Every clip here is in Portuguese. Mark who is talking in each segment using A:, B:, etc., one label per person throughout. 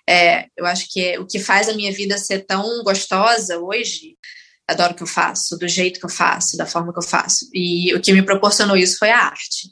A: Eu acho que o que faz a minha vida ser tão gostosa hoje, adoro o que eu faço, do jeito que eu faço, da forma que eu faço. E o que me proporcionou isso foi a arte.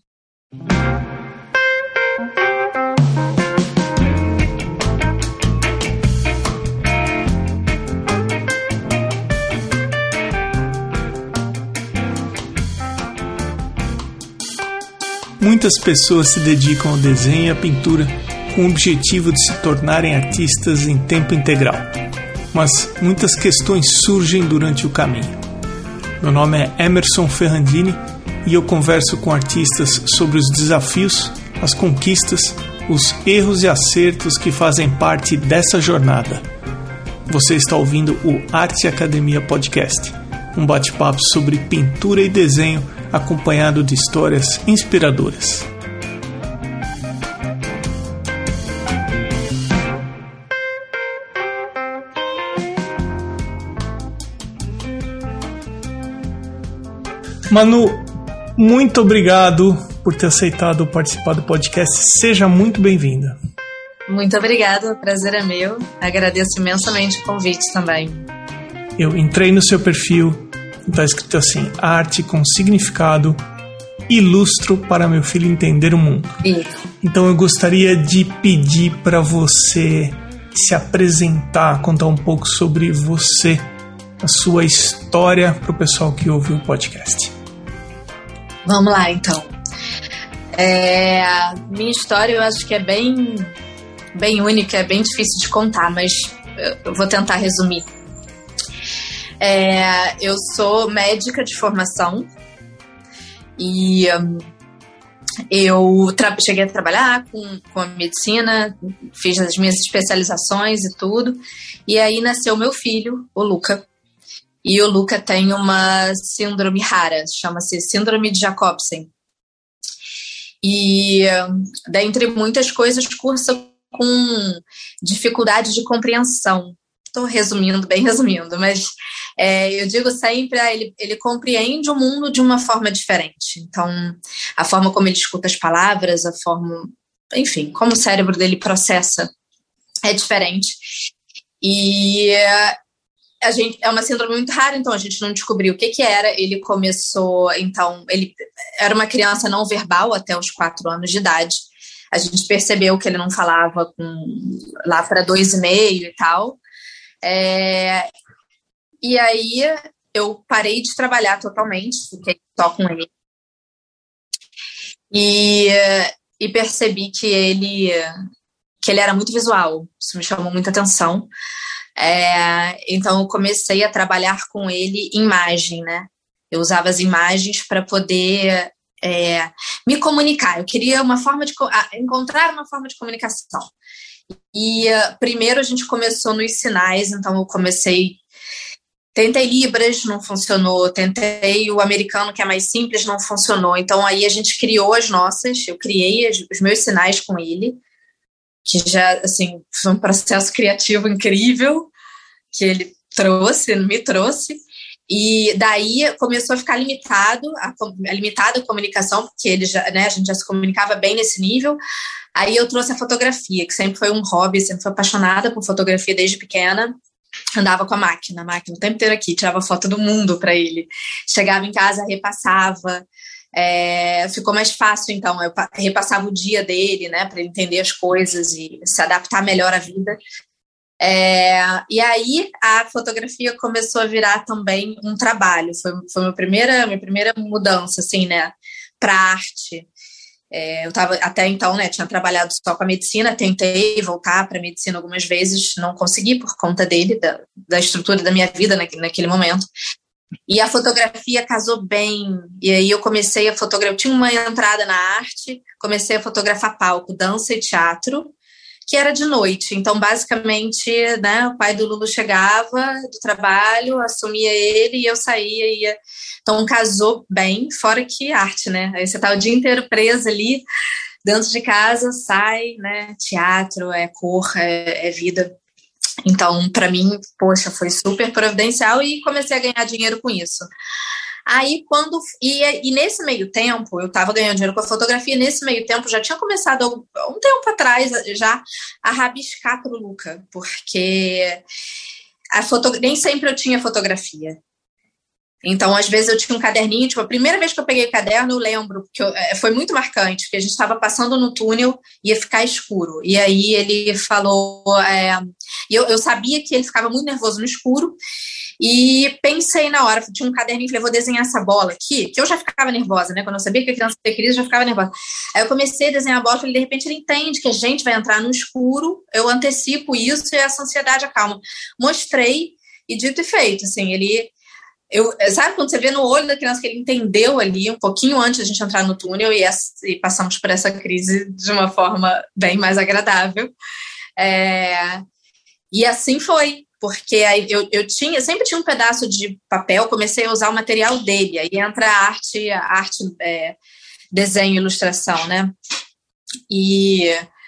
B: Muitas pessoas se dedicam ao desenho e à pintura com o objetivo de se tornarem artistas em tempo integral. Mas muitas questões surgem durante o caminho. Meu nome é Emerson Ferrandini e eu converso com artistas sobre os desafios, as conquistas, os erros e acertos que fazem parte dessa jornada. Você está ouvindo o Arte Academia Podcast, um bate-papo sobre pintura e desenho acompanhado de histórias inspiradoras. Manu, muito obrigado por ter aceitado participar do podcast. Seja muito bem-vinda.
A: Muito obrigada, o prazer é meu. Agradeço imensamente o convite também.
B: Eu entrei no seu perfil, está escrito assim: arte com significado, ilustro para meu filho entender o mundo. Então eu gostaria de pedir para você se apresentar, contar um pouco sobre você, a sua história para o pessoal que ouve o podcast.
A: Vamos lá, então. Minha história eu acho que é bem única, é bem difícil de contar, mas eu vou tentar resumir. Eu sou médica de formação e eu cheguei a trabalhar com a medicina, fiz as minhas especializações e tudo, e aí nasceu meu filho, o Luca. E o Luca tem uma síndrome rara, chama-se Síndrome de Jacobsen. E, dentre muitas coisas, cursa com dificuldade de compreensão. Estou bem resumindo, mas eu digo sempre, ele compreende o mundo de uma forma diferente. Então, a forma como ele escuta as palavras, enfim, como o cérebro dele processa é diferente. E é uma síndrome muito rara, então a gente não descobriu o que era. Ele começou, então, ele era uma criança não verbal até os 4 anos de idade. A gente percebeu que ele não falava lá para 2,5 e tal. E aí eu parei de trabalhar totalmente, fiquei só com ele. E percebi que ele era muito visual, isso me chamou muita atenção. Então eu comecei a trabalhar com ele em imagem, né? Eu usava as imagens para poder me comunicar. Eu queria encontrar uma forma de comunicação. E primeiro a gente começou nos sinais, então eu tentei Libras, não funcionou, tentei o americano, que é mais simples, não funcionou. Então aí a gente criou eu criei os meus sinais com ele, que já, assim, foi um processo criativo incrível que ele me trouxe, e daí começou a ficar limitada a comunicação, porque ele a gente já se comunicava bem nesse nível. Aí eu trouxe a fotografia, que sempre foi um hobby, sempre fui apaixonada por fotografia desde pequena. Andava com a máquina o tempo inteiro aqui, tirava foto do mundo para ele. Chegava em casa, repassava. Ficou mais fácil, então. Eu repassava o dia dele, né, para ele entender as coisas e se adaptar melhor à vida. E aí a fotografia começou a virar também um trabalho. Foi minha primeira mudança, assim, né, para arte. Eu tava, até então, né, tinha trabalhado só com a medicina, tentei voltar para a medicina algumas vezes, não consegui por conta dele, da estrutura da minha vida naquele momento. E a fotografia casou bem, e aí eu comecei a fotografar, eu tinha uma entrada na arte, comecei a fotografar palco, dança e teatro, que era de noite. Então, basicamente, né, o pai do Lulu chegava do trabalho, assumia ele e eu saía e ia. Então, casou bem, fora que arte, né? Aí você tá o dia inteiro presa ali, dentro de casa, sai, né? Teatro, é cor, é vida. Então, para mim, poxa, foi super providencial e comecei a ganhar dinheiro com isso. Aí, e nesse meio tempo, eu estava ganhando dinheiro com a fotografia, nesse meio tempo já tinha começado, um tempo atrás, já a rabiscar para o Luca, porque nem sempre eu tinha fotografia. Então, às vezes eu tinha um caderninho, tipo, a primeira vez que eu peguei o caderno, eu lembro, porque foi muito marcante, porque a gente estava passando no túnel, ia ficar escuro. E aí ele falou, e eu sabia que ele ficava muito nervoso no escuro, e pensei na hora, tinha um caderninho, falei, vou desenhar essa bola aqui, que eu já ficava nervosa, né? Quando eu sabia que a criança ia ter crise, eu já ficava nervosa. Aí eu comecei a desenhar a bola, e de repente ele entende que a gente vai entrar no escuro, eu antecipo isso e essa ansiedade acalma. Mostrei, e dito e feito, assim, sabe quando você vê no olho da criança que ele entendeu ali, um pouquinho antes da gente entrar no túnel, e passamos por essa crise de uma forma bem mais agradável. E assim foi, porque aí eu sempre tinha um pedaço de papel, comecei a usar o material dele, aí entra a arte, desenho, ilustração, né? E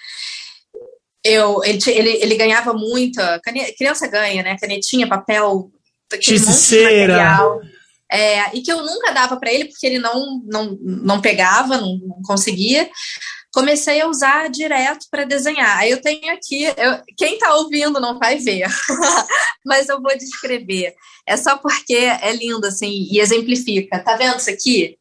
A: ele ganhava muita, criança ganha, né? Canetinha, papel,
B: giz de cera.
A: E que eu nunca dava para ele porque ele não pegava, não conseguia. Comecei a usar direto para desenhar. Aí eu tenho aqui, quem está ouvindo não vai ver, mas eu vou descrever. É só porque é lindo assim e exemplifica. Tá vendo isso aqui?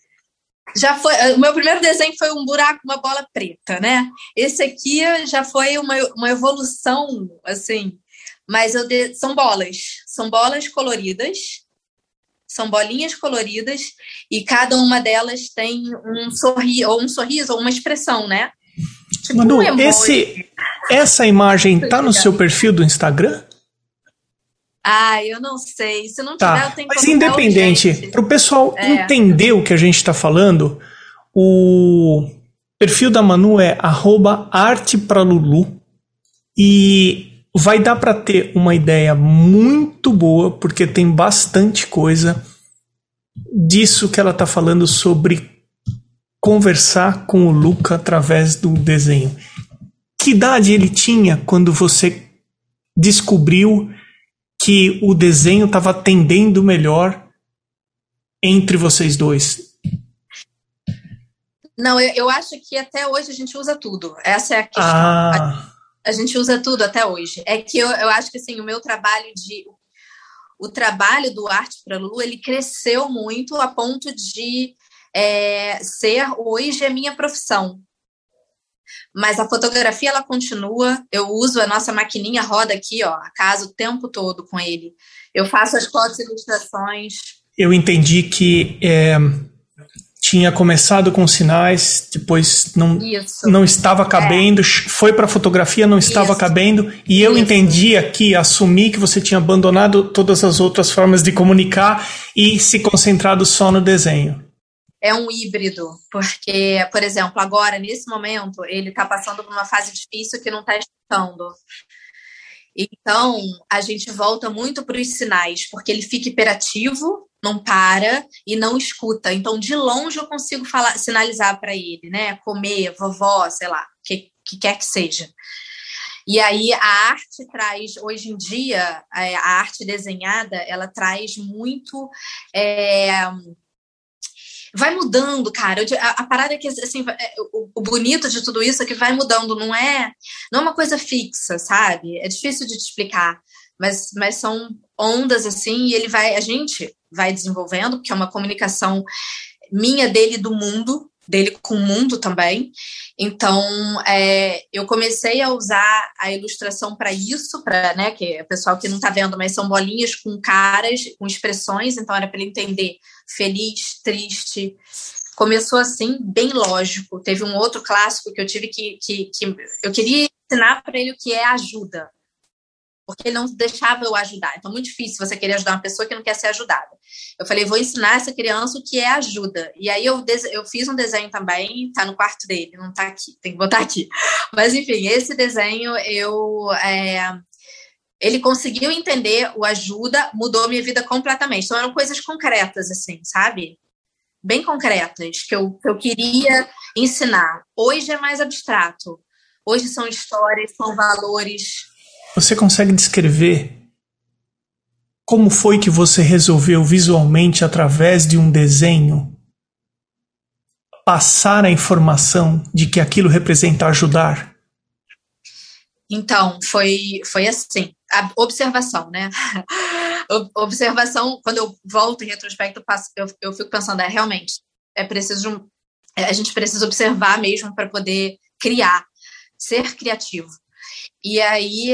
A: O meu primeiro desenho foi um buraco, uma bola preta, né? Esse aqui já foi uma evolução, assim. Mas são bolas coloridas, são bolinhas coloridas, e cada uma delas tem um sorriso ou uma expressão, né? Tipo,
B: Manu, essa imagem tá no seu perfil do Instagram?
A: Eu não sei. Se não tiver, eu tenho que
B: Mas independente, para o pessoal entender o que a gente está falando, o perfil da Manu é @artepralulu, e vai dar para ter uma ideia muito boa, porque tem bastante coisa disso que ela está falando sobre conversar com o Luca através do desenho. Que idade ele tinha quando você descobriu que o desenho estava atendendo melhor entre vocês dois?
A: Não, eu acho que até hoje a gente usa tudo. Essa é a questão. A gente usa tudo até hoje. É que eu acho que assim, o trabalho do Arte para Lulu, ele cresceu muito a ponto de ser hoje a minha profissão. Mas a fotografia, ela continua. Eu uso a nossa maquininha, roda aqui, a casa o tempo todo com ele. Eu faço as fotos e ilustrações.
B: Eu entendi que tinha começado com sinais, depois não estava cabendo, foi para fotografia, não estava cabendo, e eu entendi aqui, assumi que você tinha abandonado todas as outras formas de comunicar e se concentrado só no desenho.
A: É um híbrido, porque, por exemplo, agora, nesse momento, ele está passando por uma fase difícil que não está escutando. Então, a gente volta muito para os sinais, porque ele fica hiperativo, não para e não escuta. Então, de longe eu consigo sinalizar para ele, né? Comer, vovó, sei lá, que quer que seja. E aí a arte traz, hoje em dia, a arte desenhada, ela traz muito... vai mudando, cara. A parada é que, assim, o bonito de tudo isso é que vai mudando, não é uma coisa fixa, sabe? É difícil de te explicar, mas são ondas, assim, e a gente vai desenvolvendo, porque é uma comunicação minha, dele, do mundo, dele com o mundo também. Então, eu comecei a usar a ilustração para isso, né, que é o pessoal que não está vendo, mas são bolinhas com caras, com expressões, então era para ele entender feliz, triste. Começou assim, bem lógico. Teve um outro clássico que eu tive que eu queria ensinar para ele o que é ajuda, porque ele não deixava eu ajudar. Então, muito difícil você querer ajudar uma pessoa que não quer ser ajudada. Eu falei, vou ensinar essa criança o que é ajuda. E aí eu fiz um desenho também, tá no quarto dele, não tá aqui, tem que botar aqui. Mas, enfim, esse desenho, ele conseguiu entender o ajuda, mudou minha vida completamente. Então, eram coisas concretas, assim, sabe? Bem concretas, que eu queria ensinar. Hoje é mais abstrato. Hoje são histórias, são valores.
B: Você consegue descrever como foi que você resolveu visualmente, através de um desenho, passar a informação de que aquilo representa ajudar?
A: Então, foi assim, a observação, né? Observação, quando eu volto em retrospecto, eu fico pensando, realmente, a gente precisa observar mesmo para poder criar, ser criativo. E aí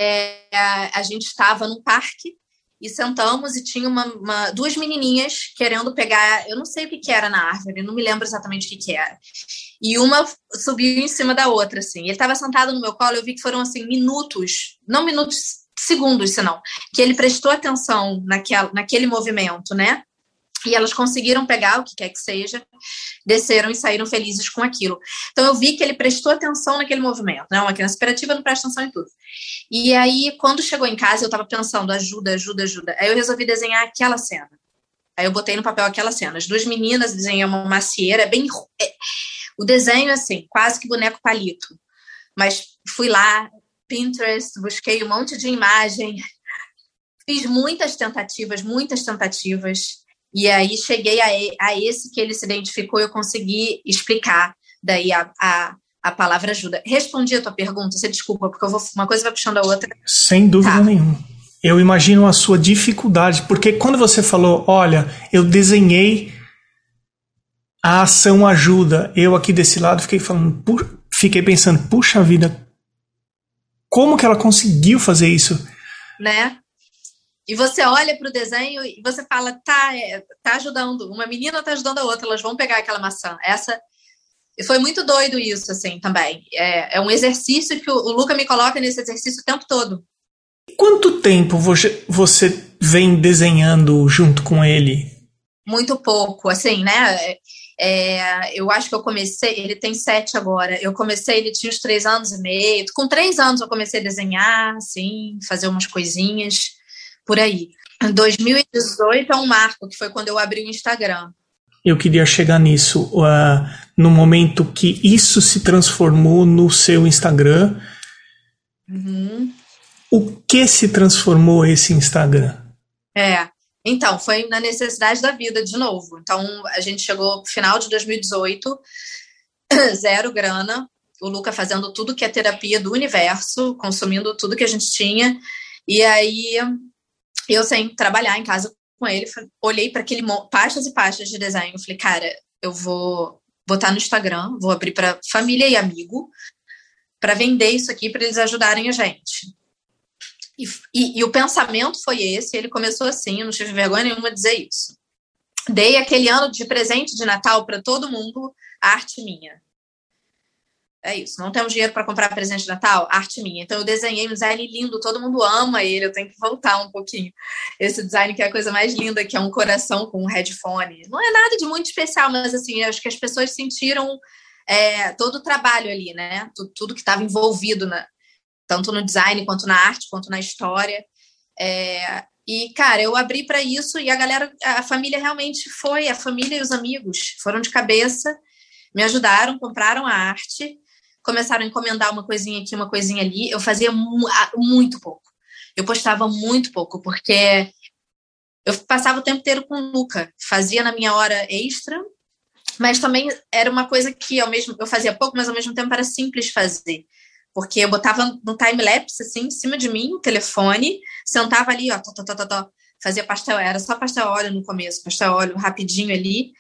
A: a gente estava num parque e sentamos e tinha duas menininhas querendo pegar, eu não sei o que era na árvore, não me lembro exatamente o que era. E uma subiu em cima da outra, assim. Ele estava sentado no meu colo, eu vi que foram, assim, não minutos, segundos, senão, que ele prestou atenção naquele movimento, né? E elas conseguiram pegar o que quer que seja, desceram e saíram felizes com aquilo. Então, eu vi que ele prestou atenção naquele movimento, né? Uma criança hiperativa não presta atenção em tudo. E aí, quando chegou em casa, eu estava pensando, ajuda. Aí eu resolvi desenhar aquela cena. Aí eu botei no papel aquela cena. As duas meninas desenham uma macieira, o desenho, assim, quase que boneco palito. Mas fui lá, Pinterest, busquei um monte de imagem, fiz muitas tentativas, e aí cheguei a esse que ele se identificou e eu consegui explicar daí a palavra ajuda. Respondi a tua pergunta, você desculpa, porque uma coisa vai puxando a outra.
B: Sem dúvida nenhuma. Eu imagino a sua dificuldade, porque quando você falou, olha, eu desenhei a ação ajuda, eu aqui desse lado fiquei pensando, puxa vida, como que ela conseguiu fazer isso?
A: Né? E você olha para o desenho e você fala, tá ajudando, uma menina tá ajudando a outra, elas vão pegar aquela maçã. Foi muito doido isso, assim, também. É um exercício que o Luca me coloca nesse exercício o tempo todo.
B: Quanto tempo você vem desenhando junto com ele?
A: Muito pouco, assim, né? Eu acho que eu comecei, ele tem 7 agora, ele tinha uns 3 anos e meio, com 3 anos eu comecei a desenhar, assim, fazer umas coisinhas, por aí. Em 2018 é um marco, que foi quando eu abri o Instagram.
B: Eu queria chegar nisso, no momento que isso se transformou no seu Instagram.
A: Uhum.
B: O que se transformou esse Instagram?
A: Então, foi na necessidade da vida, de novo. Então, a gente chegou no final de 2018, 0 grana, o Luca fazendo tudo que é terapia do universo, consumindo tudo que a gente tinha, e aí eu sem trabalhar em casa com ele, olhei para aquele pastas e pastas de desenho, falei, cara, eu vou botar no Instagram, vou abrir para família e amigo, para vender isso aqui, para eles ajudarem a gente. E o pensamento foi esse, ele começou assim, eu não tive vergonha nenhuma de dizer isso. Dei aquele ano de presente de Natal para todo mundo, arte minha. É isso, não temos dinheiro para comprar presente de Natal? Arte minha. Então eu desenhei um design lindo, todo mundo ama ele, eu tenho que voltar um pouquinho. Esse design que é a coisa mais linda, que é um coração com um headphone. Não é nada de muito especial, mas assim, acho que as pessoas sentiram todo o trabalho ali, né? Tudo que estava envolvido, tanto no design, quanto na arte, quanto na história. E, cara, eu abri para isso e a família realmente foi, a família e os amigos foram de cabeça, me ajudaram, compraram a arte, começaram a encomendar uma coisinha aqui, uma coisinha ali. Eu fazia muito pouco. Eu postava muito pouco, porque eu passava o tempo inteiro com o Luca. Fazia na minha hora extra, mas também era uma coisa que eu fazia pouco, mas ao mesmo tempo era simples fazer. Porque eu botava no time-lapse, assim, em cima de mim, o telefone, sentava ali, ó, fazia pastel, era só pastel óleo no começo, pastel óleo rapidinho ali,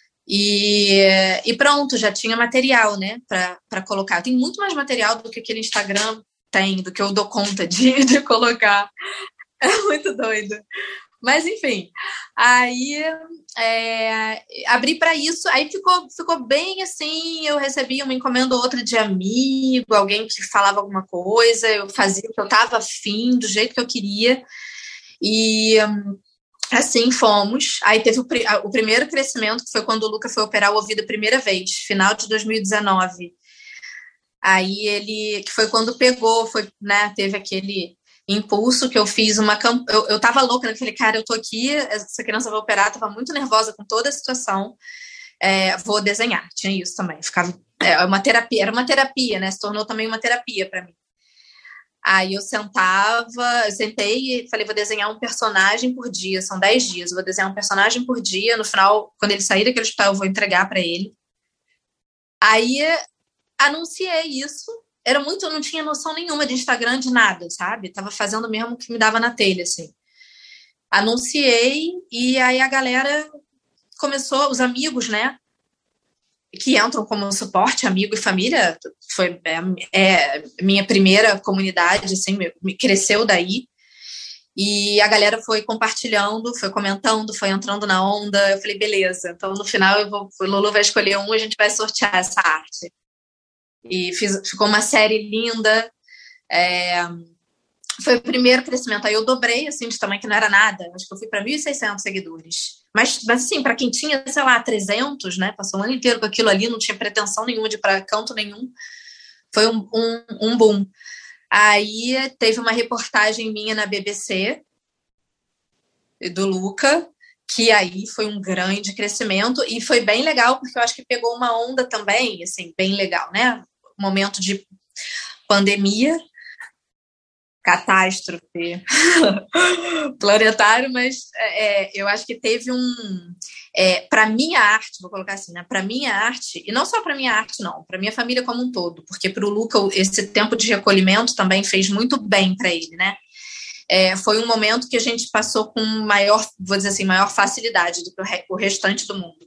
A: e pronto, já tinha material, né, pra colocar. Tem muito mais material do que aquele Instagram tem, do que eu dou conta de colocar. É muito doido. Mas, enfim, aí abri para isso, aí ficou bem assim, eu recebi uma encomenda ou outra de amigo, alguém que falava alguma coisa, eu fazia o que eu estava afim, do jeito que eu queria, e assim fomos. Aí teve o primeiro crescimento, que foi quando o Luca foi operar o ouvido a primeira vez, final de 2019. Aí que foi quando pegou, né, teve aquele impulso que eu fiz eu tava louca, né? Eu falei, cara, eu tô aqui, essa criança vai operar, tava muito nervosa com toda a situação, vou desenhar, tinha isso também, ficava, era uma terapia, né? Se tornou também uma terapia para mim. Aí eu sentei e falei, vou desenhar um personagem por dia, são 10 dias, eu vou desenhar um personagem por dia, no final, quando ele sair daquele hospital, eu vou entregar para ele. Aí anunciei isso, eu não tinha noção nenhuma de Instagram, de nada, sabe? Tava fazendo mesmo o que me dava na telha, assim. Anunciei e aí a galera começou, os amigos, né, que entram como suporte, amigo e família, foi minha primeira comunidade, assim, me cresceu daí. E a galera foi compartilhando, foi comentando, foi entrando na onda. Eu falei, beleza, então no final o Lulu vai escolher um, a gente vai sortear essa arte. E ficou uma série linda. Foi o primeiro crescimento. Aí eu dobrei, assim, de tamanho que não era nada. Acho que eu fui para 1.600 seguidores. Mas assim, para quem tinha, sei lá, 300, né? Passou um ano inteiro com aquilo ali, não tinha pretensão nenhuma de ir para canto nenhum. Foi um boom. Aí teve uma reportagem minha na BBC, do Luca, que aí foi um grande crescimento. E foi bem legal, porque eu acho que pegou uma onda também, assim, bem legal, né? Momento de pandemia, catástrofe planetário, mas eu acho que teve para minha arte, vou colocar assim, né? Para minha arte, e não só para minha arte, não, para minha família como um todo, porque para o Luca esse tempo de recolhimento também fez muito bem para ele, né? Foi um momento que a gente passou com maior, vou dizer assim, maior facilidade do que o restante do mundo.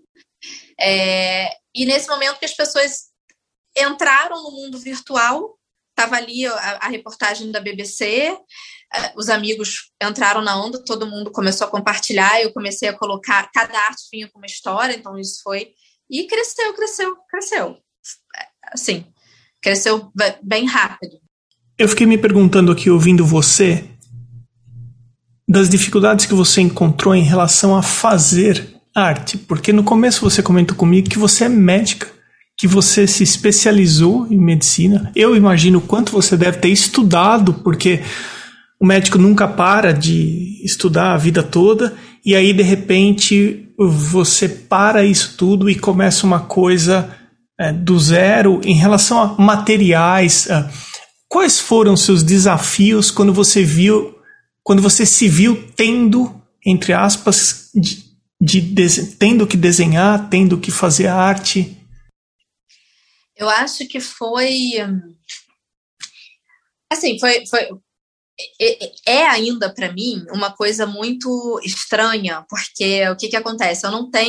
A: E nesse momento que as pessoas entraram no mundo virtual, estava ali a reportagem da BBC, os amigos entraram na onda, todo mundo começou a compartilhar, eu comecei a colocar, cada arte vinha com uma história, então isso foi, e cresceu, assim, cresceu bem rápido.
B: Eu fiquei me perguntando aqui, ouvindo você, das dificuldades que você encontrou em relação a fazer arte, porque no começo você comentou comigo que você é médica, que você se especializou em medicina. Eu imagino o quanto você deve ter estudado, porque o médico nunca para de estudar a vida toda, e aí de repente você para isso tudo e começa uma coisa do zero em relação a materiais. Quais foram seus desafios quando você se viu tendo, entre aspas, tendo que desenhar, tendo que fazer arte?
A: Eu acho que foi assim, ainda para mim uma coisa muito estranha, porque o que acontece?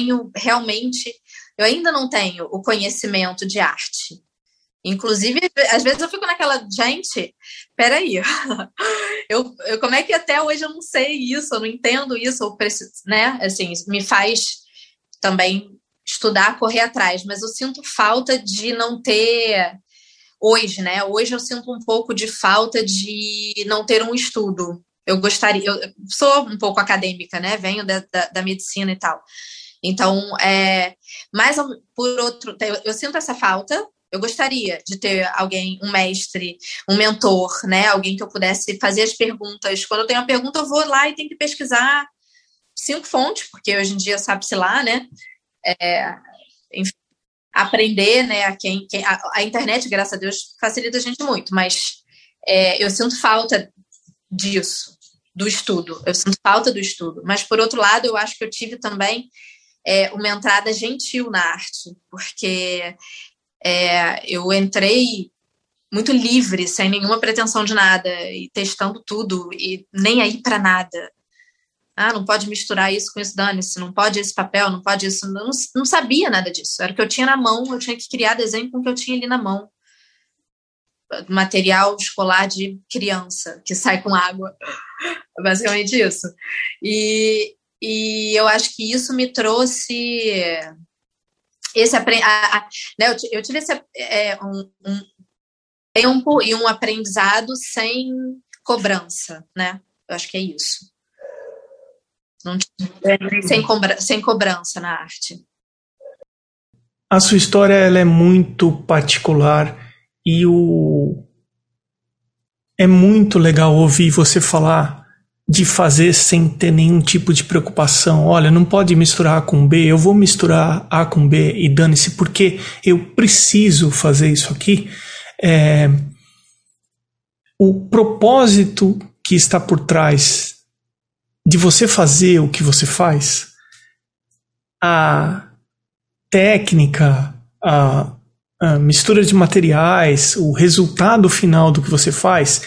A: Eu ainda não tenho o conhecimento de arte. Inclusive, às vezes eu fico naquela, gente, peraí, como é que até hoje eu não sei isso, eu não entendo isso, eu preciso, né? Assim, me faz também estudar, correr atrás, mas eu sinto falta de não ter hoje, né? Hoje eu sinto um pouco de falta de não ter um estudo. Eu sou um pouco acadêmica, né? Venho da medicina e tal. Então, mas por outro, eu sinto essa falta. Eu gostaria de ter alguém, um mestre, um mentor, né? Alguém que eu pudesse fazer as perguntas. Quando eu tenho uma pergunta, eu vou lá e tenho que pesquisar 5 fontes, porque hoje em dia sabe-se lá, né? Enfim, aprender, né? A internet, graças a Deus, facilita a gente muito, mas eu sinto falta disso, do estudo. Eu sinto falta do estudo. Mas, por outro lado, eu acho que eu tive também uma entrada gentil na arte, porque eu entrei muito livre, sem nenhuma pretensão de nada, e testando tudo, e nem aí para nada. Não pode misturar isso com isso, dane-se, não pode esse papel, não pode isso. Eu não sabia nada disso. Era o que eu tinha na mão, eu tinha que criar desenho com o que eu tinha ali na mão. Material escolar de criança, que sai com água. Basicamente isso. E eu acho que isso me trouxe né, eu tive um tempo e um aprendizado sem cobrança, né? Eu acho que é isso. Não sem cobrança na arte.
B: A sua história ela é muito particular e é muito legal ouvir você falar de fazer sem ter nenhum tipo de preocupação. Olha, não pode misturar A com B, eu vou misturar A com B e dane-se, porque eu preciso fazer isso aqui. o propósito que está por trás de você fazer o que você faz, a técnica, a mistura de materiais, o resultado final do que você faz,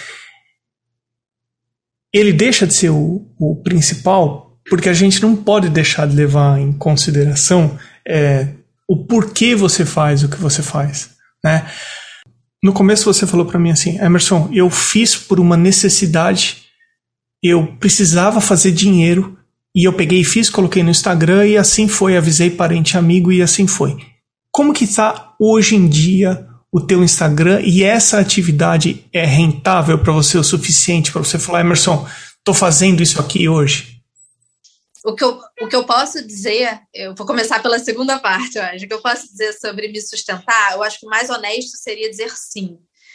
B: ele deixa de ser o principal, porque a gente não pode deixar de levar em consideração o porquê você faz o que você faz, né? No começo você falou para mim assim, Emerson, eu fiz por uma necessidade, eu precisava fazer dinheiro, e eu peguei e fiz, coloquei no Instagram, e assim foi, avisei parente e amigo, e assim foi. Como que está hoje em dia o teu Instagram, e essa atividade é rentável para você o suficiente para você falar, Emerson, estou fazendo isso aqui hoje?
A: O que eu posso dizer, eu vou começar pela segunda parte, eu acho. O que eu posso dizer sobre me sustentar, eu acho que o mais honesto seria dizer sim.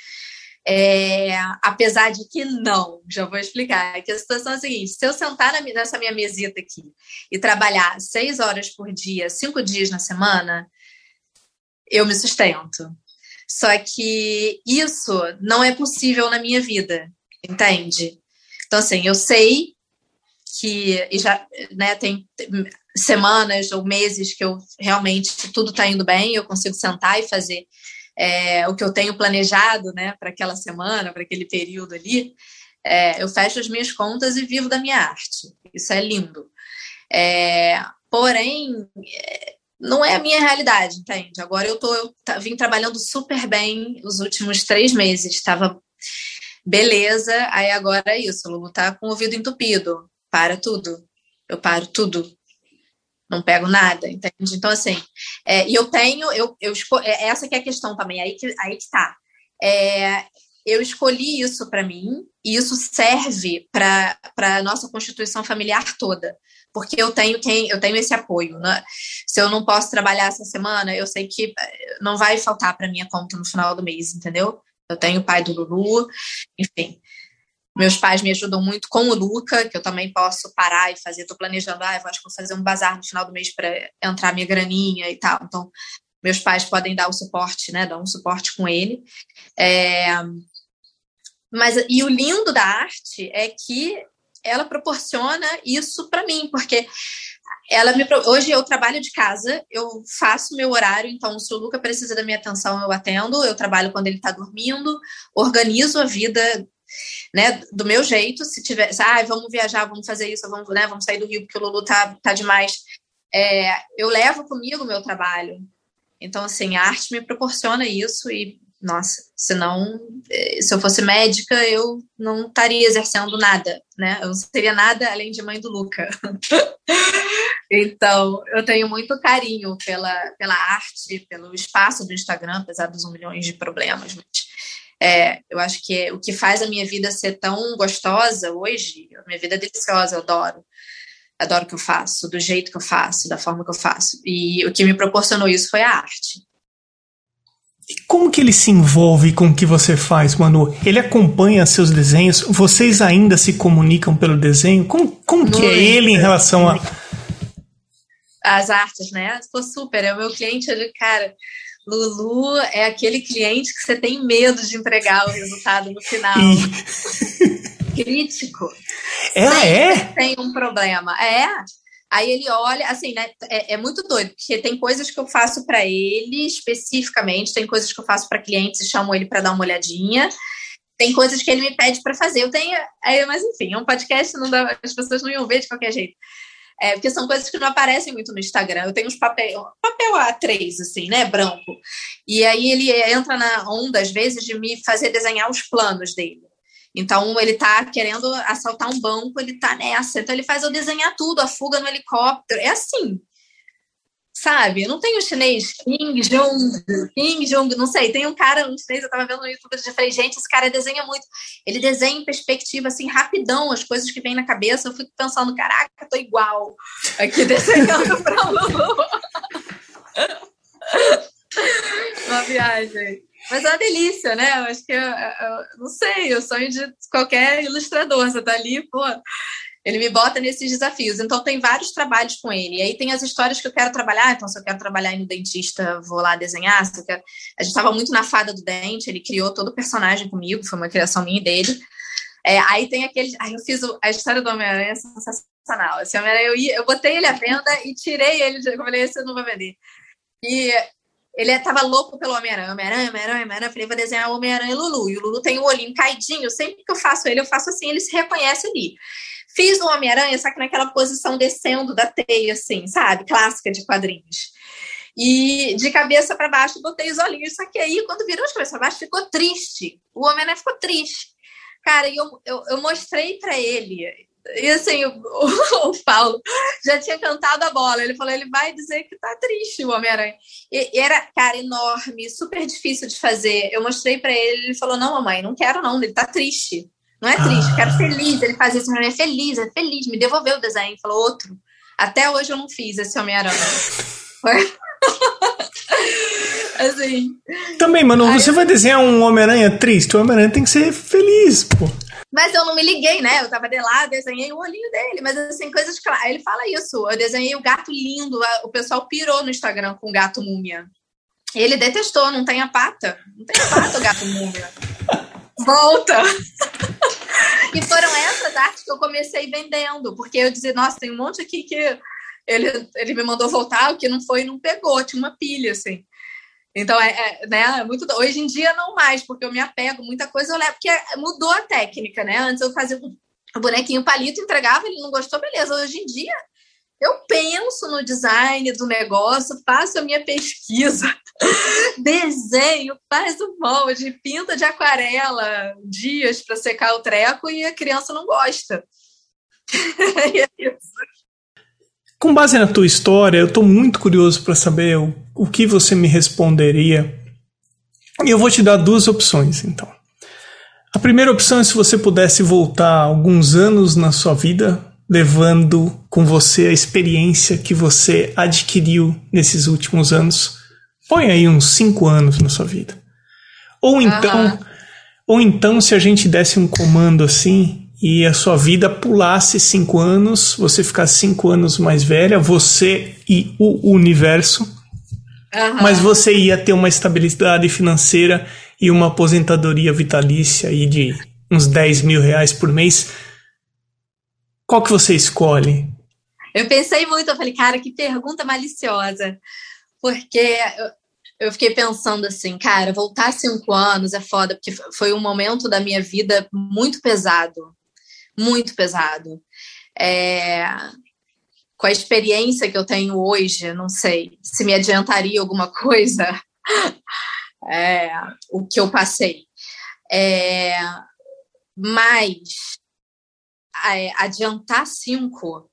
A: Apesar de que não, já vou explicar. Que a situação é a seguinte, se eu sentar nessa minha mesita aqui e trabalhar 6 horas por dia, 5 dias na semana, eu me sustento. Só que isso não é possível na minha vida, entende? Então, assim, eu sei que já, né, tem semanas ou meses que eu realmente tudo está indo bem, eu consigo sentar e fazer o que eu tenho planejado, né, para aquela semana, para aquele período ali. Eu fecho as minhas contas e vivo da minha arte. Isso é lindo. Porém, não é a minha realidade, entende? Agora eu vim trabalhando super bem os últimos 3 meses, estava beleza, aí agora é isso, o Lulu tá com o ouvido entupido, para tudo, eu paro tudo, não pego nada, entende? Então, assim, e eu tenho, essa que é a questão também, aí que tá. Eu escolhi isso para mim, e isso serve para a nossa constituição familiar toda, porque eu tenho esse apoio, né? Se eu não posso trabalhar essa semana, eu sei que não vai faltar para minha conta no final do mês, entendeu? Eu tenho o pai do Lulu, enfim. Meus pais me ajudam muito com o Luca, que eu também posso parar e fazer. Estou planejando, eu acho que vou fazer um bazar no final do mês para entrar minha graninha e tal. Então, meus pais podem dar o suporte, né? Dar um suporte com ele. E o lindo da arte é que ela proporciona isso para mim, porque hoje eu trabalho de casa, eu faço meu horário, então se o Luca precisa da minha atenção, eu atendo, eu trabalho quando ele está dormindo, organizo a vida, né, do meu jeito. Se tiver, vamos viajar, vamos fazer isso, vamos sair do Rio porque o Lulu tá demais, eu levo comigo o meu trabalho. Então, assim, a arte me proporciona isso e, nossa, se eu fosse médica, eu não estaria exercendo nada, né? Eu não seria nada além de mãe do Luca. Então, eu tenho muito carinho pela arte, pelo espaço do Instagram, apesar dos 1 milhão de problemas, mas eu acho que o que faz a minha vida ser tão gostosa hoje, a minha vida é deliciosa, eu adoro o que eu faço, do jeito que eu faço, da forma que eu faço, e o que me proporcionou isso foi a arte.
B: E como que ele se envolve com o que você faz, Manu? Ele acompanha seus desenhos? Vocês ainda se comunicam pelo desenho? Como que é ele em relação
A: as artes, né? Estou super, é o meu cliente, cara. Lulu é aquele cliente que você tem medo de entregar o resultado no final. Crítico. Tem um problema. Aí ele olha, assim, né? É muito doido, porque tem coisas que eu faço para ele especificamente, tem coisas que eu faço para clientes e chamo ele para dar uma olhadinha, tem coisas que ele me pede para fazer. Mas enfim, é um podcast, não dá, as pessoas não iam ver de qualquer jeito. Porque são coisas que não aparecem muito no Instagram. Eu tenho uns papel A3, assim, né, branco. E aí ele entra na onda, às vezes, de me fazer desenhar os planos dele. Então, ele tá querendo assaltar um banco, ele tá nessa. Então, ele faz eu desenhar tudo, a fuga no helicóptero. É assim, sabe? Eu não tenho chinês, Kim Jong, não sei. Tem um cara, um chinês, eu tava vendo no YouTube, eu falei, gente, esse cara desenha muito. Ele desenha em perspectiva, assim, rapidão, as coisas que vêm na cabeça. Eu fico pensando, caraca, eu tô igual aqui desenhando pra Lulu. Uma viagem. Mas é uma delícia, né? Eu acho que, não sei, o sonho de qualquer ilustrador. Você tá ali, pô, Ele me bota nesses desafios. Então, tem vários trabalhos com ele. E aí tem as histórias que eu quero trabalhar. Então, se eu quero trabalhar no dentista, vou lá desenhar. Se eu quero... A gente estava muito na Fada do Dente. Ele criou todo o personagem comigo. Foi uma criação minha e dele. Aí tem aquele... Aí eu fiz a história do Homem-Aranha sensacional. Esse Homem-Aranha, eu botei ele à venda e tirei ele. Eu falei, esse eu não vou vender. E ele estava louco pelo Homem-Aranha. Homem-Aranha. Eu falei, vou desenhar o Homem-Aranha e o Lulu. E o Lulu tem o olhinho caidinho. Sempre que eu faço ele, eu faço assim. Ele se reconhece ali. Fiz o Homem-Aranha, só que naquela posição descendo da teia, assim, sabe? Clássica de quadrinhos. E de cabeça para baixo, botei os olhinhos. Só que aí, quando virou de cabeça para baixo, ficou triste. O Homem-Aranha ficou triste. Cara, e eu mostrei para ele. E assim, o Paulo já tinha cantado a bola. Ele falou, ele vai dizer que tá triste o Homem-Aranha. E era, cara, enorme, super difícil de fazer. Eu mostrei para ele, ele falou, não, mamãe, não quero não, ele tá triste. Não é triste, eu quero feliz. Ele fazia isso, é feliz. Me devolveu o desenho, falou outro. Até hoje eu não fiz esse Homem-Aranha. Assim.
B: Também, mano, você vai desenhar um Homem-Aranha triste? O Homem-Aranha tem que ser feliz, pô.
A: Mas eu não me liguei, né? Eu tava de lá, desenhei o olhinho dele. Mas assim, coisas claras. Ele fala isso. Eu desenhei o gato lindo. O pessoal pirou no Instagram com o gato múmia. Ele detestou, não tem a pata. Não tem a pata o gato múmia. Volta! E foram essas artes que eu comecei vendendo, porque eu dizia, nossa, tem um monte aqui que ele me mandou voltar, o que não foi, não pegou, tinha uma pilha, assim. Então, né, muito... Hoje em dia não mais, porque eu me apego, muita coisa eu levo, porque mudou a técnica, né? Antes eu fazia o bonequinho palito, entregava, ele não gostou, beleza. Hoje em dia, eu penso no design do negócio, faço a minha pesquisa, desenho, faz o molde, pinta de aquarela, dias para secar o treco e a criança não gosta. E é isso.
B: Com base na tua história, eu estou muito curioso para saber o que você me responderia. E eu vou te dar duas opções, então. A primeira opção é se você pudesse voltar alguns anos na sua vida, levando com você a experiência que você adquiriu nesses últimos anos. Põe aí uns 5 anos na sua vida. Ou então, se a gente desse um comando assim e a sua vida pulasse 5 anos, você ficasse 5 anos mais velha, você e o universo, mas você ia ter uma estabilidade financeira e uma aposentadoria vitalícia aí de uns 10 mil reais por mês. Qual que você escolhe?
A: Eu pensei muito, eu falei, cara, que pergunta maliciosa. Porque eu fiquei pensando assim, cara, voltar 5 anos é foda, porque foi um momento da minha vida muito pesado. Muito pesado. Com a experiência que eu tenho hoje, não sei se me adiantaria alguma coisa o que eu passei. Mas adiantar 5,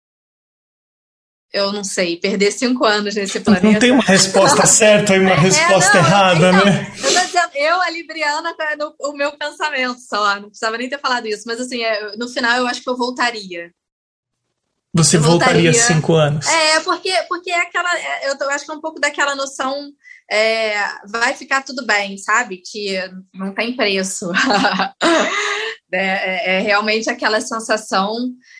A: eu não sei, perder 5 anos nesse planeta.
B: Não tem uma resposta certa e uma resposta errada, então, né?
A: Eu tô dizendo, a Libriana, o meu pensamento só, não precisava nem ter falado isso, mas assim, no final eu acho que eu voltaria.
B: Você voltaria 5 anos?
A: Porque é aquela, eu acho que é um pouco daquela noção, vai ficar tudo bem, sabe? Que não tem preço. Realmente aquela sensação,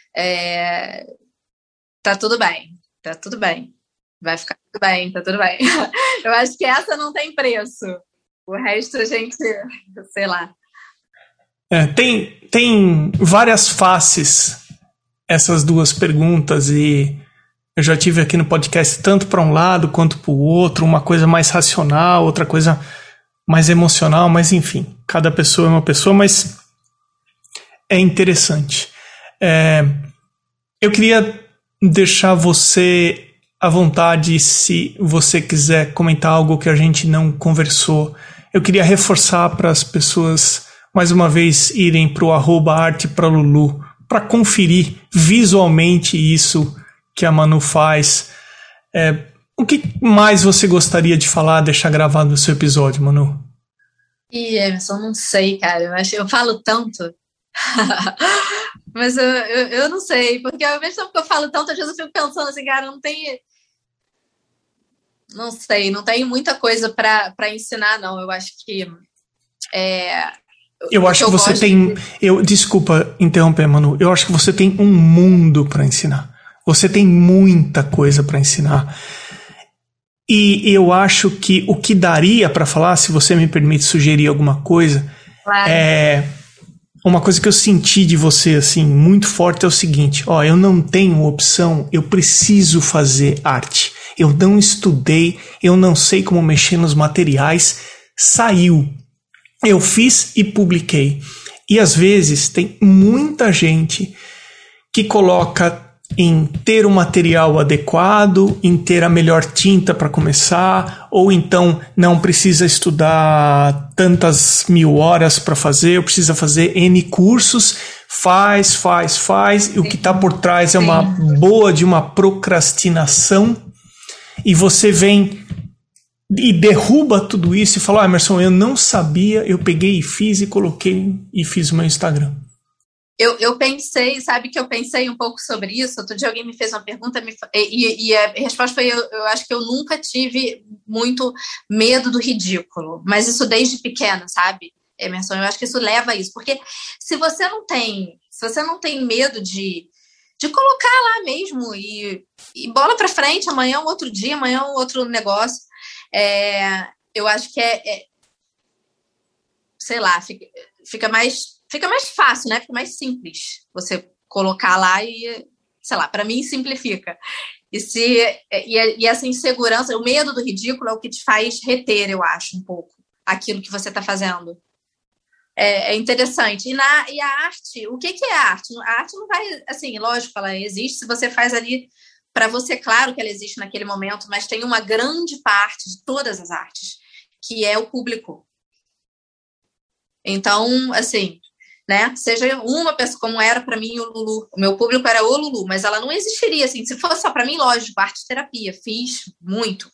A: tá tudo bem, vai ficar tudo bem, tá tudo bem. Eu acho que essa não tem preço. O resto a gente, sei lá.
B: Tem várias faces essas duas perguntas e eu já tive aqui no podcast tanto para um lado quanto para o outro, uma coisa mais racional, outra coisa mais emocional, mas enfim, cada pessoa é uma pessoa, mas é interessante. Eu queria deixar você à vontade se você quiser comentar algo que a gente não conversou. Eu queria reforçar para as pessoas, mais uma vez, irem para o @artepralulu para conferir visualmente isso que a Manu faz. O que mais você gostaria de falar, deixar gravado no seu episódio, Manu?
A: Emerson, não sei, cara. Eu falo tanto. Mas eu não sei, porque ao mesmo tempo que eu falo tanto, às vezes eu fico pensando assim, cara, não sei, não tem muita coisa para ensinar, não. Eu acho que
B: Eu acho que você tem... Desculpa interromper, Manu. Eu acho que você tem um mundo para ensinar. Você tem muita coisa para ensinar. E eu acho que o que daria para falar, se você me permite sugerir alguma coisa,
A: claro.
B: Uma coisa que eu senti de você, assim, muito forte é o seguinte: eu não tenho opção, eu preciso fazer arte. Eu não estudei, eu não sei como mexer nos materiais. Saiu. Eu fiz e publiquei. E às vezes tem muita gente que coloca em ter o material adequado, em ter a melhor tinta para começar, ou então não precisa estudar tantas 1000 horas para fazer, ou precisa fazer N cursos, faz, e o que está por trás é uma boa de uma procrastinação, e você vem e derruba tudo isso e fala: Emerson, eu não sabia, eu peguei e fiz e coloquei e fiz o meu Instagram.
A: Eu pensei, sabe que eu pensei um pouco sobre isso. Outro dia alguém me fez uma pergunta e a resposta foi: eu acho que eu nunca tive muito medo do ridículo, mas isso desde pequena, sabe, Emerson? Eu acho que isso leva a isso, porque se você não tem medo de colocar lá mesmo e bola pra frente, amanhã é um outro dia, amanhã é um outro negócio, eu acho que sei lá, fica mais fácil, né? Fica mais simples você colocar lá e, sei lá, para mim simplifica. E essa insegurança, o medo do ridículo é o que te faz reter, eu acho, um pouco aquilo que você está fazendo. É interessante. E a arte, o que é a arte? A arte não vai, assim, lógico, ela existe se você faz ali para você, claro que ela existe naquele momento, mas tem uma grande parte de todas as artes, que é o público. Então, assim, né? Seja uma pessoa, como era para mim o Lulu. O meu público era o Lulu, mas ela não existiria assim. Se fosse só para mim, lógico, arte-terapia, fiz muito.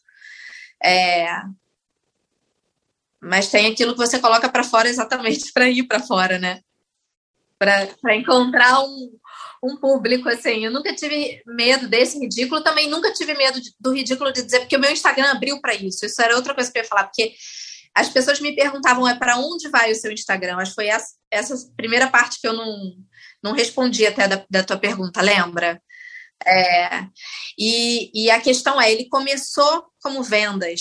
A: Mas tem aquilo que você coloca para fora exatamente para ir para fora, né? Para encontrar um público, assim. Eu nunca tive medo desse ridículo, também nunca tive medo do ridículo de dizer, porque o meu Instagram abriu para isso. Isso era outra coisa que eu ia falar, porque as pessoas me perguntavam, para onde vai o seu Instagram? Acho que foi essa primeira parte que eu não respondi até da tua pergunta, lembra? E a questão ele começou como vendas.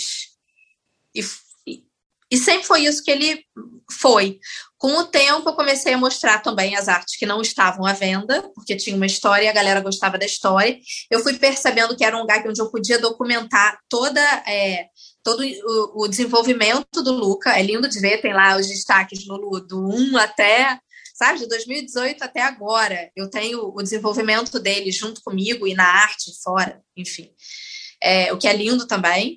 A: E sempre foi isso que ele foi. Com o tempo, eu comecei a mostrar também as artes que não estavam à venda, porque tinha uma história e a galera gostava da história. Eu fui percebendo que era um lugar onde eu podia documentar todo o desenvolvimento do Luca. É lindo de ver, tem lá os destaques do 1 até, sabe, de 2018 até agora. Eu tenho o desenvolvimento dele junto comigo e na arte fora, enfim. O que é lindo também.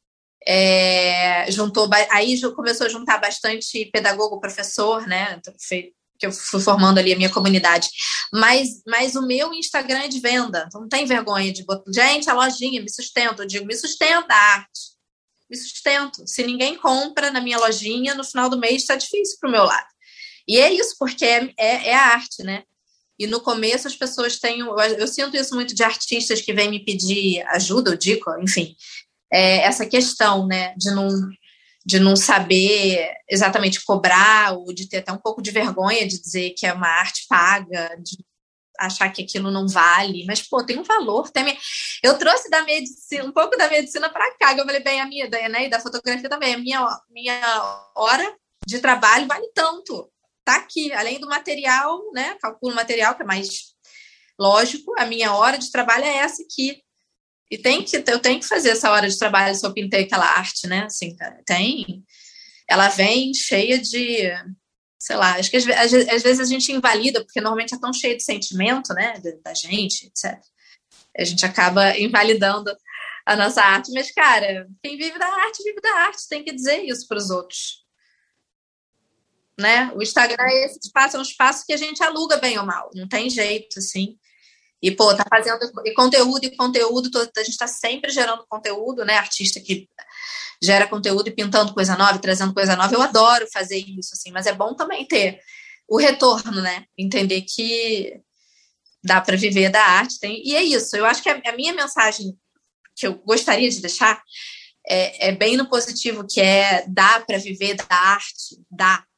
A: Aí começou a juntar bastante pedagogo, professor, né? Que eu fui formando ali a minha comunidade. Mas o meu Instagram é de venda, então não tem vergonha de botar. Gente, a lojinha, me sustenta. Eu digo, me sustenta a arte. Me sustento. Se ninguém compra na minha lojinha, no final do mês está difícil para o meu lado. E é isso, porque é a arte, né? E no começo as pessoas têm... Eu sinto isso muito de artistas que vêm me pedir ajuda, eu digo, enfim... essa questão, né, de não saber exatamente cobrar, ou de ter até um pouco de vergonha de dizer que é uma arte paga, de achar que aquilo não vale, mas, pô, tem um valor. Eu trouxe da medicina, um pouco da medicina para cá, que eu falei, bem, a minha, né, e da fotografia também, a minha hora de trabalho vale tanto, tá aqui, além do material, né, calculo o material, que é mais lógico, a minha hora de trabalho é essa aqui. E eu tenho que fazer essa hora de trabalho se eu pintei aquela arte, né? Assim, ela vem cheia de, sei lá, acho que às vezes a gente invalida, porque normalmente é tão cheio de sentimento, né? Da gente, etc. A gente acaba invalidando a nossa arte. Mas, cara, quem vive da arte, tem que dizer isso para os outros. Né? O Instagram esse espaço é um espaço que a gente aluga bem ou mal, não tem jeito, assim. E, pô, tá fazendo conteúdo, a gente tá sempre gerando conteúdo, né? Artista que gera conteúdo e pintando coisa nova, trazendo coisa nova. Eu adoro fazer isso, assim, mas é bom também ter o retorno, né? Entender que dá para viver da arte. E é isso, eu acho que a minha mensagem que eu gostaria de deixar é bem no positivo, que dá para viver da arte, dá.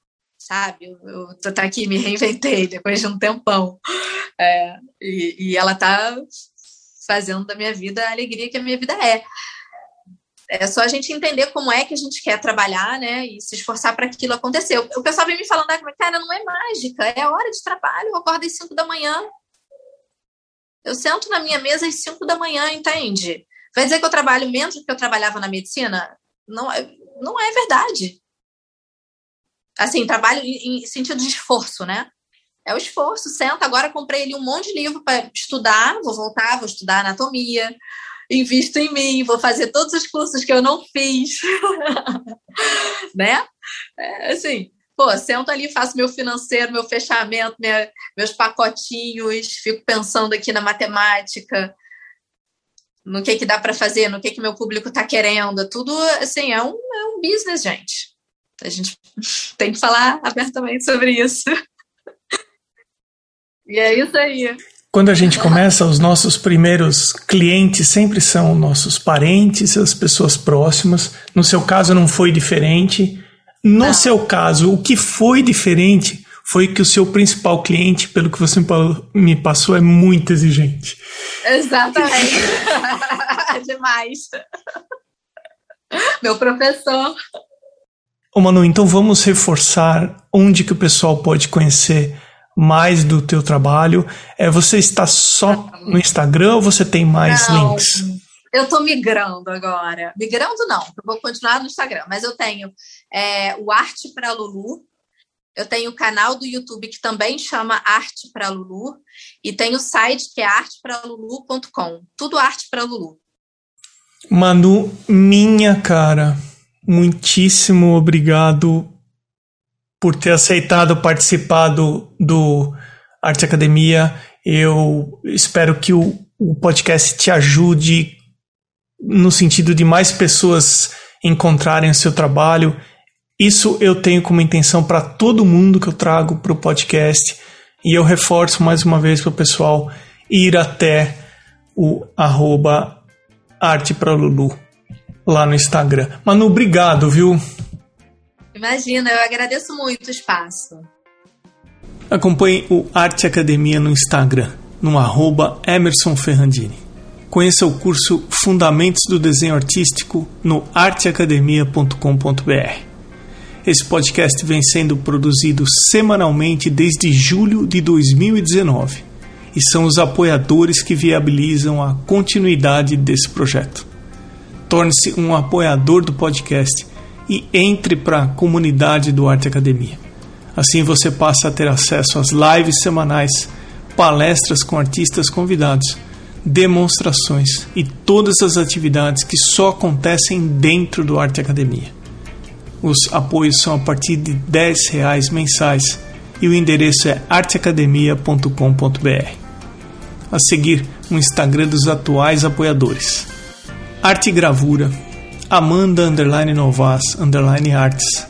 A: sabe? Eu tô aqui, me reinventei depois de um tempão. E ela tá fazendo da minha vida a alegria que a minha vida é. É só a gente entender como é que a gente quer trabalhar, né? E se esforçar para aquilo acontecer. O pessoal vem me falando, cara, não é mágica, é hora de trabalho, eu acordo às 5 da manhã. Eu sento na minha mesa às 5 da manhã, entende? Vai dizer que eu trabalho menos do que eu trabalhava na medicina? Não é verdade. Assim, trabalho em sentido de esforço, né? É o esforço, senta. Agora comprei ali um monte de livro para estudar, vou estudar anatomia, invisto em mim, vou fazer todos os cursos que eu não fiz, né? Assim, sento ali, faço meu financeiro, meu fechamento, meus pacotinhos, fico pensando aqui na matemática, no que dá para fazer, no que meu público está querendo. Tudo, assim, é um business, gente. A gente tem que falar abertamente sobre isso. E é isso aí.
B: Quando a gente começa, os nossos primeiros clientes sempre são nossos parentes, as pessoas próximas. No seu caso, não foi diferente. No seu caso, o que foi diferente foi que o seu principal cliente, pelo que você me passou, é muito exigente.
A: Exatamente. Demais. Meu professor.
B: Ô Manu, então vamos reforçar onde que o pessoal pode conhecer mais do teu trabalho. Você está só no Instagram ou você tem mais links?
A: Eu estou migrando agora. Migrando não, eu vou continuar no Instagram, mas eu tenho o Arte pra Lulu, eu tenho o canal do YouTube que também chama Arte pra Lulu e tem o site que é artepralulu.com. Tudo Arte pra Lulu.
B: Manu, minha cara, muitíssimo obrigado por ter aceitado participar do Arte Academia. Eu espero que o podcast te ajude no sentido de mais pessoas encontrarem o seu trabalho. Isso eu tenho como intenção para todo mundo que eu trago para o podcast. E eu reforço mais uma vez para o pessoal ir até o @artepralulu lá no Instagram. Manu, obrigado, viu?
A: Imagina, eu agradeço muito o espaço.
B: Acompanhe o Arte Academia no Instagram, no @EmersonFerrandini. Conheça o curso Fundamentos do Desenho Artístico no arteacademia.com.br. Esse podcast vem sendo produzido semanalmente desde julho de 2019 e são os apoiadores que viabilizam a continuidade desse projeto. Torne-se um apoiador do podcast e entre para a comunidade do Arte Academia. Assim você passa a ter acesso às lives semanais, palestras com artistas convidados, demonstrações e todas as atividades que só acontecem dentro do Arte Academia. Os apoios são a partir de R$10 mensais e o endereço é arteacademia.com.br. A seguir, o Instagram dos atuais apoiadores: Arte e Gravura, Amanda_Novas_Arts,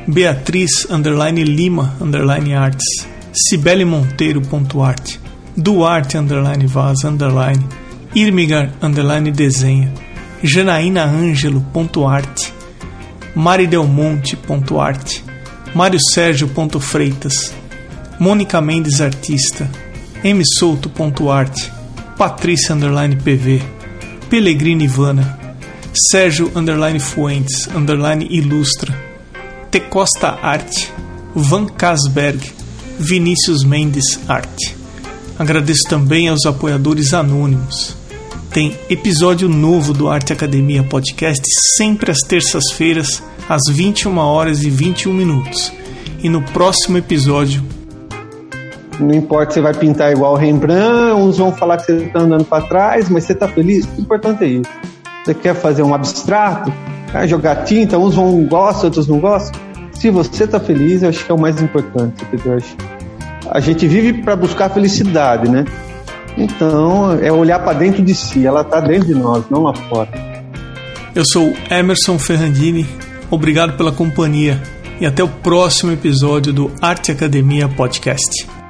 B: Beatriz_Lima_Arts, Cibele_Monteiro.art, Duarte_Vaz_, Irmigar_Desenha, Janaína_Angelo.art, Maridelmonte.art, Mário_Sérgio.freitas, Mônica Mendes Artista, Msouto.art, Patrícia_PV, Pellegrini Ivana, Sérgio_Fuentes _Ilustra, T Costa Arte, Van Casberg, Vinícius Mendes Arte. Agradeço também aos apoiadores anônimos. Tem episódio novo do Arte Academia Podcast sempre às terças-feiras, às 21h21. E no próximo episódio...
C: Não importa se você vai pintar igual o Rembrandt, uns vão falar que você está andando para trás, mas você está feliz? O importante é isso. Você quer fazer um abstrato? Jogar tinta? Uns gostam, outros não gostam. Se você está feliz, eu acho que é o mais importante. A gente vive para buscar felicidade, né? Então, é olhar para dentro de si. Ela está dentro de nós, não lá fora.
B: Eu sou Emerson Ferrandini. Obrigado pela companhia. E até o próximo episódio do Arte Academia Podcast.